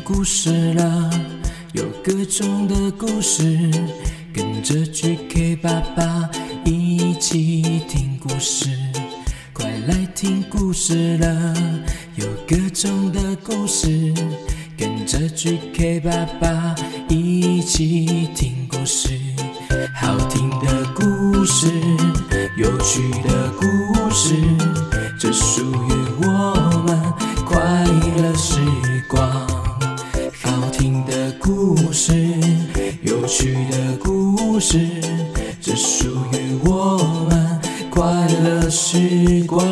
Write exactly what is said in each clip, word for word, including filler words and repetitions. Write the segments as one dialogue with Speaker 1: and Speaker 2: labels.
Speaker 1: 故事了，有各种的故事，跟着 G K 爸爸一起听故事。快来听故事了，有各种的故事，跟着 G K 爸爸一起听故事。好听的故事，有趣的故事，这属于我们快乐时光。好听的故事，有趣的故事，这属于我们快乐时光。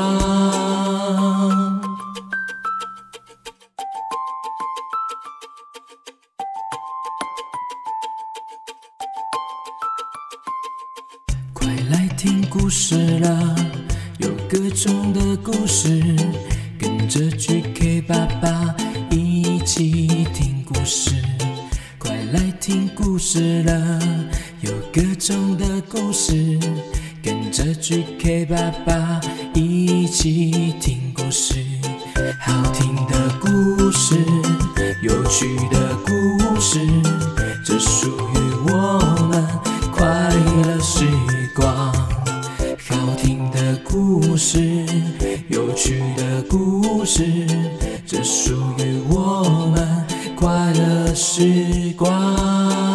Speaker 1: 快来听故事了，有各种的故事，跟着 G K 爸爸一起听故事。快来听故事了，有各种的故事，跟着 G K 爸爸一起听故事。好听的故事，有趣的故事，这属于我们快乐时光。好听的故事，有趣的故事，这属于我们快乐时光。